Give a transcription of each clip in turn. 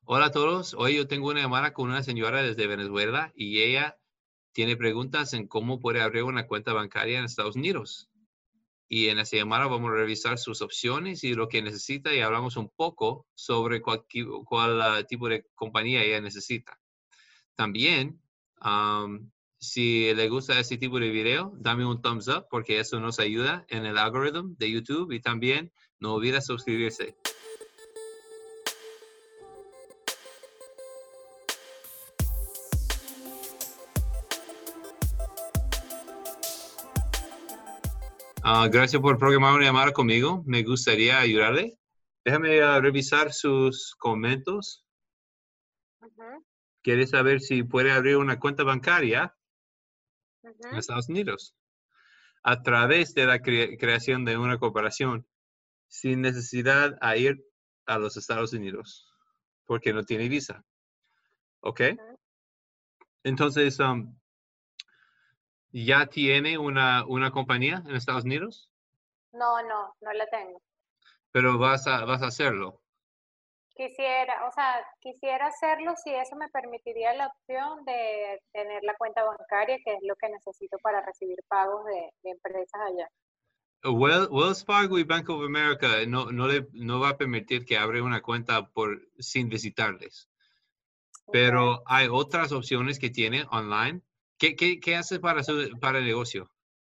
Hola a todos. Hoy yo tengo una llamada con una señora desde Venezuela y ella tiene preguntas en cómo puede abrir una cuenta bancaria en Estados Unidos. Y en esta llamada vamos a revisar sus opciones y lo que necesita y hablamos un poco sobre cuál tipo de compañía ella necesita. También, si le gusta este tipo de video, dame un thumbs up porque eso nos ayuda en el algoritmo de YouTube y también no olvides suscribirse. Gracias por programar una llamada conmigo. Me gustaría ayudarle. Déjame revisar sus comentarios. Ujú, Quiere saber si puede abrir una cuenta bancaria en ujú, Estados Unidos a través de la creación de una corporación sin necesidad de ir a los Estados Unidos porque no tiene visa. ¿Ok? ujú. Entonces, ¿ya tiene una compañía en Estados Unidos? No, no, no la tengo. Pero vas a hacerlo. Quisiera hacerlo si eso me permitiría la opción de tener la cuenta bancaria, que es lo que necesito para recibir pagos de empresas allá. Wells Fargo y Bank of America no va a permitir que abra una cuenta sin visitarles. Okay. Pero hay otras opciones que tiene online. ¿Qué hace para el negocio?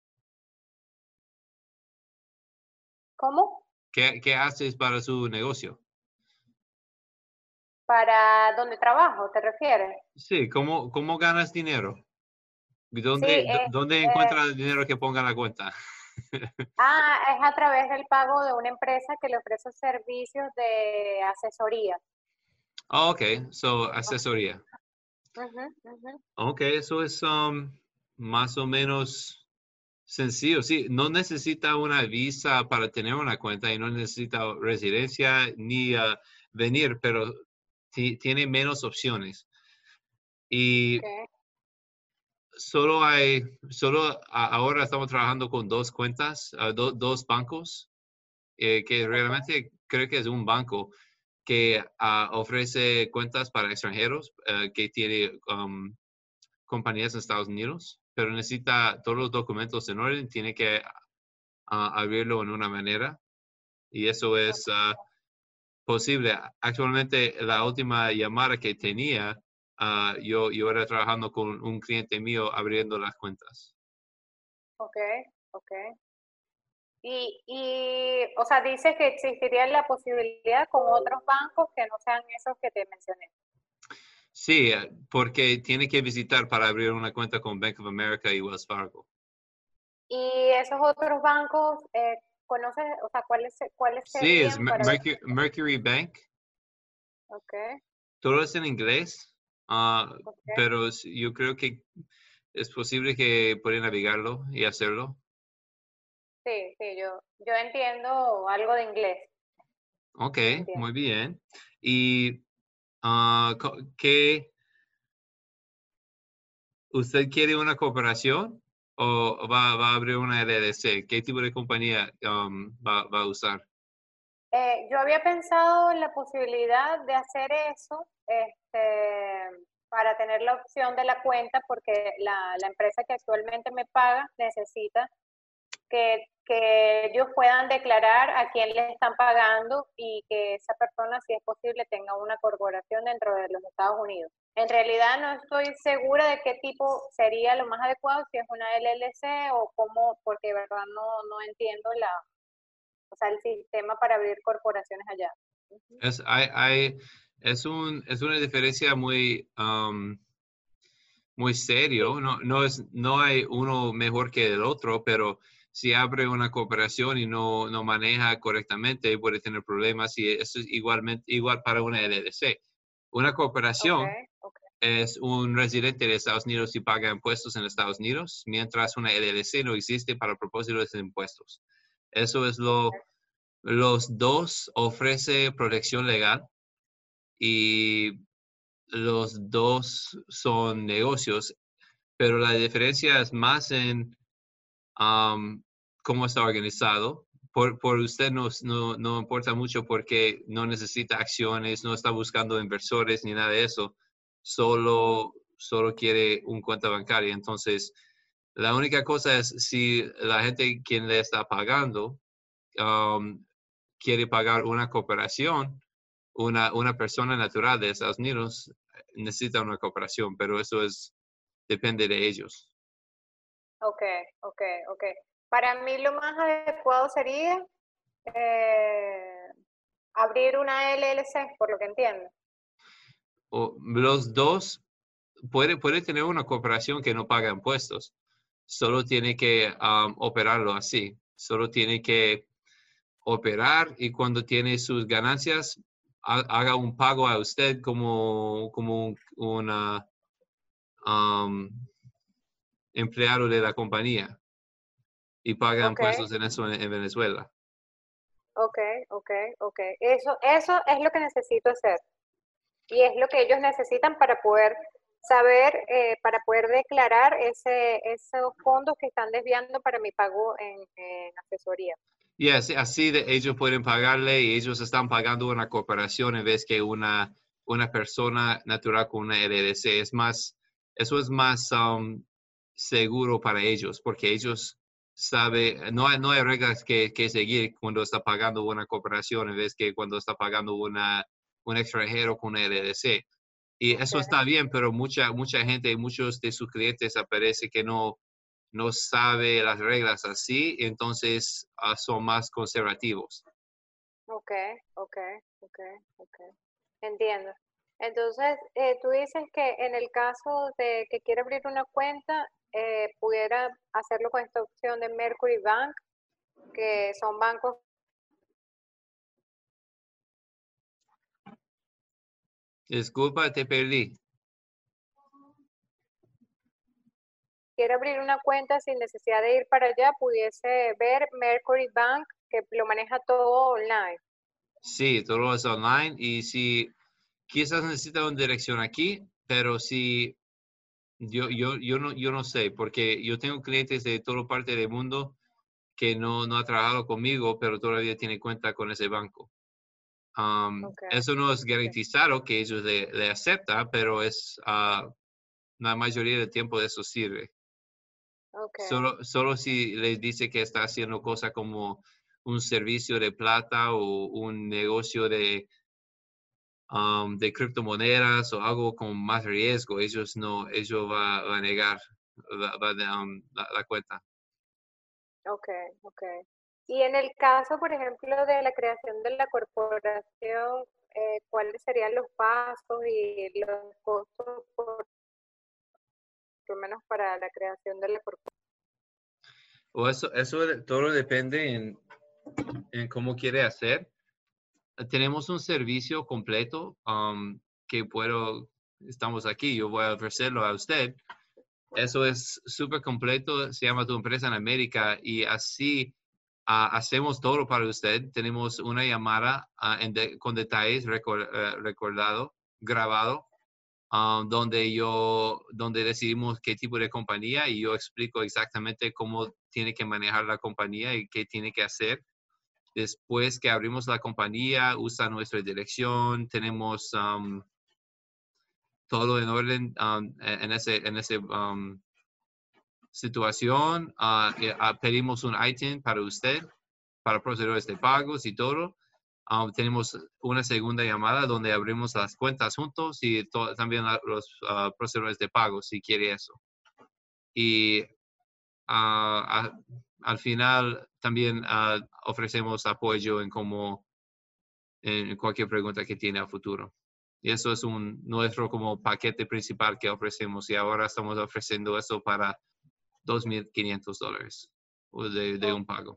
¿Cómo? ¿Qué haces para su negocio? ¿Para dónde trabajo, te refieres? Sí, ¿cómo ganas dinero? Sí, ¿Dónde encuentras el dinero que ponga en la cuenta? es a través del pago de una empresa que le ofrece servicios de asesoría. Oh, ok, so asesoría. Ujú, ujú. Ok, eso es más o menos sencillo. Sí, no necesita una visa para tener una cuenta y no necesita residencia ni venir, pero tiene menos opciones. Y Okay, ahora estamos trabajando con dos cuentas, dos bancos, que okay, realmente creo que es un banco que ofrece cuentas para extranjeros, que tiene compañías en Estados Unidos, pero necesita todos los documentos en orden, tiene que abrirlo en una manera y eso es okay. posible. Actualmente, la última llamada que tenía, yo era trabajando con un cliente mío abriendo las cuentas. Okay, okay. O sea, dices que existiría la posibilidad con otros bancos que no sean esos que te mencioné. Sí, porque tiene que visitar para abrir una cuenta con Bank of America y Wells Fargo. Y esos otros bancos, ¿conoces, o sea, cuáles Sí, es serían para ver? Mercury Bank. Okay, Todo es en inglés, okay. pero yo creo que es posible que pueden navegarlo y hacerlo. Sí, sí, yo entiendo algo de inglés, Ok, entiendo. muy bien. ¿Y qué? ¿Usted quiere una cooperación o va a abrir una LLC? ¿Qué tipo de compañía va a usar? Yo había pensado en la posibilidad de hacer eso, para tener la opción de la cuenta, porque la empresa que actualmente me paga necesita que ellos puedan declarar a quién les están pagando y que esa persona, si es posible, tenga una corporación dentro de los Estados Unidos. En realidad no estoy segura de qué tipo sería lo más adecuado, si es una LLC o cómo, porque de verdad no entiendo o sea, el sistema para abrir corporaciones allá. Ujú. Es, es una diferencia muy Sí, serio. No hay uno mejor que el otro, pero si abre una cooperación y no maneja correctamente, puede tener problemas y eso es igual para una LLC. Una ok, cooperación ok, es un residente de Estados Unidos y paga impuestos en Estados Unidos, mientras una LLC no existe para propósitos de impuestos. Eso es ok, los dos ofrece protección legal y los dos son negocios, pero la diferencia es más en cómo está organizado. por usted no importa mucho porque no necesita acciones, no está buscando inversores ni nada de eso. Solo quiere un cuenta bancaria. Entonces, la única cosa es si la gente quien le está pagando quiere pagar una cooperación, una persona natural de Estados Unidos necesita una cooperación, pero eso depende de ellos. Ok, ok, ok. Para mí lo más adecuado sería abrir una LLC, por lo que entiendo. Los dos puede tener una cooperación que no paga impuestos. Solo tiene que operarlo así. Solo tiene que operar y cuando tiene sus ganancias, haga un pago a usted como una empleado de la compañía y paga Ok, impuestos en eso en Venezuela. ok, ok, ok. Eso es lo que necesito hacer. Y es lo que ellos necesitan para poder saber, para poder declarar esos fondos que están desviando para mi pago en asesoría. Y así ellos pueden pagarle y ellos están pagando una corporación en vez que una persona natural con una LLC. Eso es más seguro para ellos porque ellos saben, no hay reglas que seguir cuando está pagando una corporación en vez que cuando está pagando un extranjero con una LLC. Y eso Okay, está bien, pero mucha gente, muchos de sus clientes aparece que no sabe las reglas así, entonces son más conservativos. okay, okay, okay, okay. Entiendo. Entonces, tú dices que en el caso de que quiera abrir una cuenta, pudiera hacerlo con esta opción de Mercury Bank, que son bancos. Disculpa, te perdí. Quiere abrir una cuenta sin necesidad de ir para allá, pudiese ver Mercury Bank, que lo maneja todo online. Sí, todo es online y si quizás necesita una dirección aquí, pero si yo no sé, porque yo tengo clientes de toda parte del mundo que no ha trabajado conmigo, pero todavía tiene cuenta con ese banco. Okay, Eso no es okay, garantizado que ellos le aceptan, pero la mayoría del tiempo eso sirve. okay, Solo si les dice que está haciendo cosas como un servicio de plata o un negocio de criptomonedas o algo con más riesgo, ellos va a negar la cuenta. okay, okay. Y en el caso, por ejemplo, de la creación de la corporación, ¿cuáles serían los pasos y los costos, por lo menos para la creación de la corporación? O eso todo depende en cómo quiere hacer. Tenemos un servicio completo que estamos aquí, yo voy a ofrecerlo a usted. Eso es súper completo, se llama Tu Empresa en América y así hacemos todo para usted. Tenemos una llamada con detalles grabado, donde decidimos qué tipo de compañía y yo explico exactamente cómo tiene que manejar la compañía y qué tiene que hacer. Después que abrimos la compañía, usa nuestra dirección, tenemos todo en orden en ese situación. Pedimos un ITIN para usted, para procedimientos de pagos y todo. Tenemos una segunda llamada donde abrimos las cuentas juntos y también los procedimientos de pago, si quiere eso. Y al final también ofrecemos apoyo en cualquier pregunta que tiene a futuro. Y eso es nuestro como paquete principal que ofrecemos y ahora estamos ofreciendo eso para $2,500 de Oh, un pago.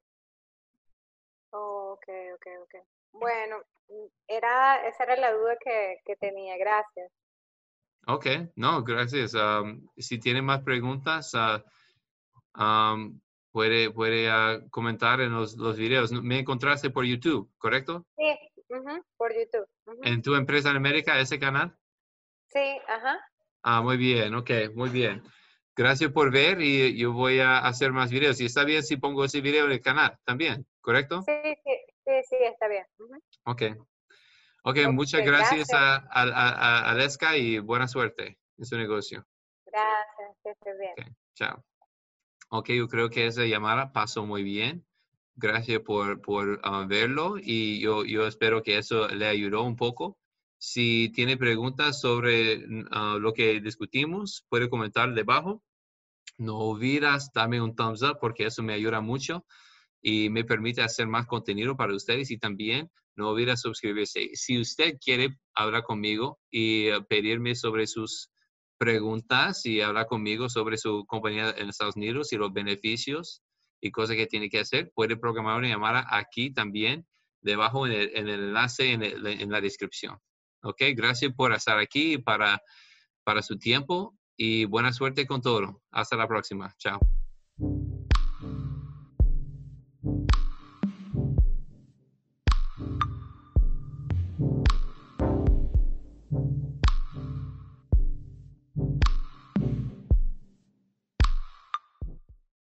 ok, ok, ok. Bueno, esa era la duda que tenía. Gracias. Ok, no, gracias. Si tiene más preguntas, um, puede comentar en los videos. Me encontraste por YouTube, ¿correcto? Sí, ujú, por YouTube. Ujú. ¿En tu empresa en América, ese canal? Sí, ajá. Muy bien, ok, muy bien. Gracias por ver y yo voy a hacer más videos. Y está bien si pongo ese video en el canal también. ¿correcto? Sí, sí, sí, sí, está bien. Ujú. Ok. Ok, Ok, muchas gracias gracias, a Aleska y buena suerte en su negocio. gracias, que estés bien. Ok, chao. Ok, yo creo que esa llamada pasó muy bien. Gracias por verlo y yo espero que eso le ayudó un poco. Si tiene preguntas sobre lo que discutimos, puede comentar debajo. No olvides darme un thumbs up porque eso me ayuda mucho y me permite hacer más contenido para ustedes y también no olvides suscribirse. Si usted quiere hablar conmigo y pedirme sobre sus preguntas y hablar conmigo sobre su compañía en Estados Unidos y los beneficios y cosas que tiene que hacer, puede programar una llamada aquí también, debajo en el enlace en la descripción. Ok, gracias por estar aquí para su tiempo y buena suerte con todo. Hasta la próxima. Chao.